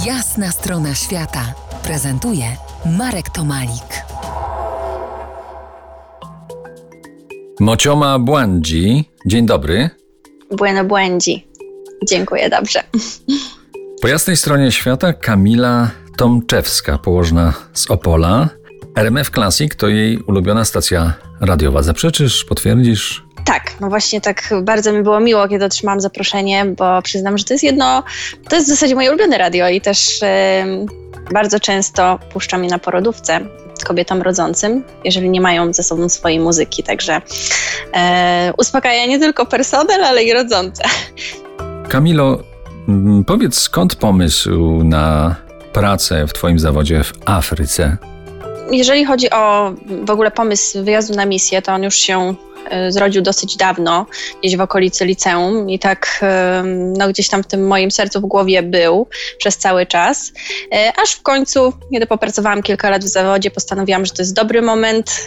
Jasna strona świata prezentuje Marek Tomalik. Mocioma Błędzi, dzień dobry. Bueno Błędzi. Dziękuję, dobrze. Po jasnej stronie świata Kamila Tomczewska, położna z Opola. RMF Classic to jej ulubiona stacja radiowa. Zaprzeczysz, potwierdzisz? Tak, no właśnie tak bardzo mi było miło, kiedy otrzymałam zaproszenie, bo przyznam, że to jest w zasadzie moje ulubione radio i też bardzo często puszczam je na porodówce kobietom rodzącym, jeżeli nie mają ze sobą swojej muzyki, także uspokaja nie tylko personel, ale i rodzące. Kamilo, powiedz, skąd pomysł na pracę w twoim zawodzie w Afryce? Jeżeli chodzi o w ogóle pomysł wyjazdu na misję, to on już się zrodził dosyć dawno, gdzieś w okolicy liceum i tak gdzieś tam w tym moim sercu, w głowie był przez cały czas, aż w końcu, kiedy popracowałam kilka lat w zawodzie, postanowiłam, że to jest dobry moment.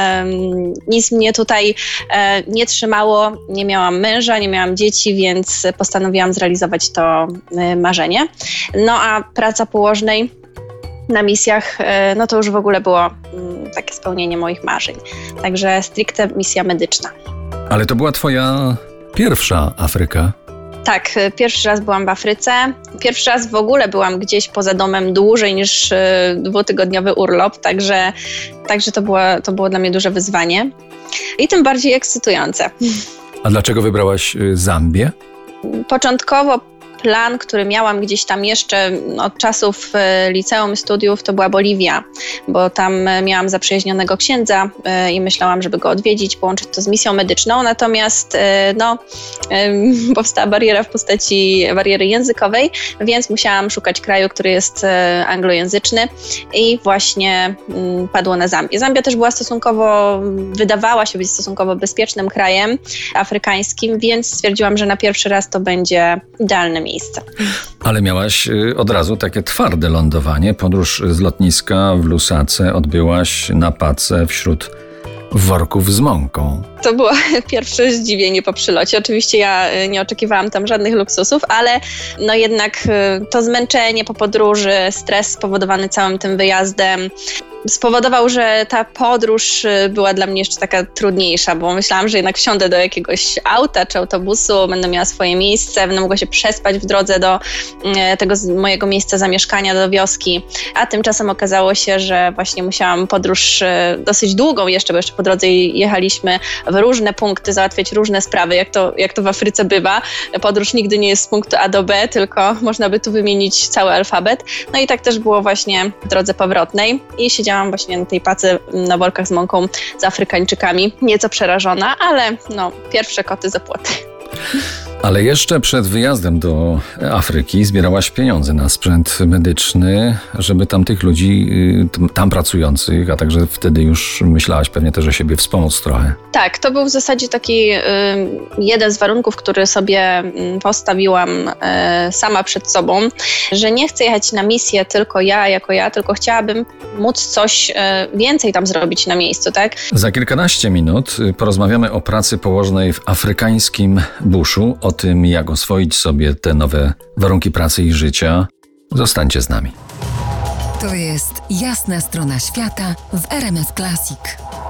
Nic mnie tutaj nie trzymało, nie miałam męża, nie miałam dzieci, więc postanowiłam zrealizować to marzenie. No a praca położnej na misjach, no to już w ogóle było takie spełnienie moich marzeń. Także stricte misja medyczna. Ale to była twoja pierwsza Afryka? Tak, pierwszy raz byłam w Afryce. Pierwszy raz w ogóle byłam gdzieś poza domem dłużej niż 2-tygodniowy urlop, także to było dla mnie duże wyzwanie i tym bardziej ekscytujące. A dlaczego wybrałaś Zambię? Początkowo plan, który miałam gdzieś tam jeszcze od czasów liceum, studiów, to była Boliwia, bo tam miałam zaprzyjaźnionego księdza i myślałam, żeby go odwiedzić, połączyć to z misją medyczną, natomiast powstała bariera w postaci bariery językowej, więc musiałam szukać kraju, który jest anglojęzyczny i właśnie padło na Zambię. Zambia też wydawała się być stosunkowo bezpiecznym krajem afrykańskim, więc stwierdziłam, że na pierwszy raz to będzie idealne miejsce. Ale miałaś od razu takie twarde lądowanie. Podróż z lotniska w Lusace odbyłaś na pace wśród worków z mąką. To było pierwsze zdziwienie po przylocie. Oczywiście ja nie oczekiwałam tam żadnych luksusów, ale no jednak to zmęczenie po podróży, stres spowodowany całym tym wyjazdem spowodował, że ta podróż była dla mnie jeszcze taka trudniejsza, bo myślałam, że jednak wsiądę do jakiegoś auta czy autobusu, będę miała swoje miejsce, będę mogła się przespać w drodze do tego mojego miejsca zamieszkania, do wioski, a tymczasem okazało się, że właśnie musiałam podróż dosyć długą jeszcze, bo jeszcze po drodze jechaliśmy w różne punkty, załatwiać różne sprawy, jak to w Afryce bywa. Podróż nigdy nie jest z punktu A do B, tylko można by tu wymienić cały alfabet. No i tak też było właśnie w drodze powrotnej i siedziałam właśnie na tej pacy na workach z mąką z Afrykańczykami, nieco przerażona, ale pierwsze koty za płoty. Ale jeszcze przed wyjazdem do Afryki zbierałaś pieniądze na sprzęt medyczny, żeby tamtych ludzi, tam pracujących, a także wtedy już myślałaś pewnie też o siebie wspomóc trochę. Tak, to był w zasadzie taki jeden z warunków, który sobie postawiłam sama przed sobą, że nie chcę jechać na misję tylko ja, tylko chciałabym móc coś więcej tam zrobić na miejscu, tak? Za kilkanaście minut porozmawiamy o pracy położnej w afrykańskim buszu, o tym, jak oswoić sobie te nowe warunki pracy i życia. Zostańcie z nami. To jest Jasna strona świata w RMF Classic.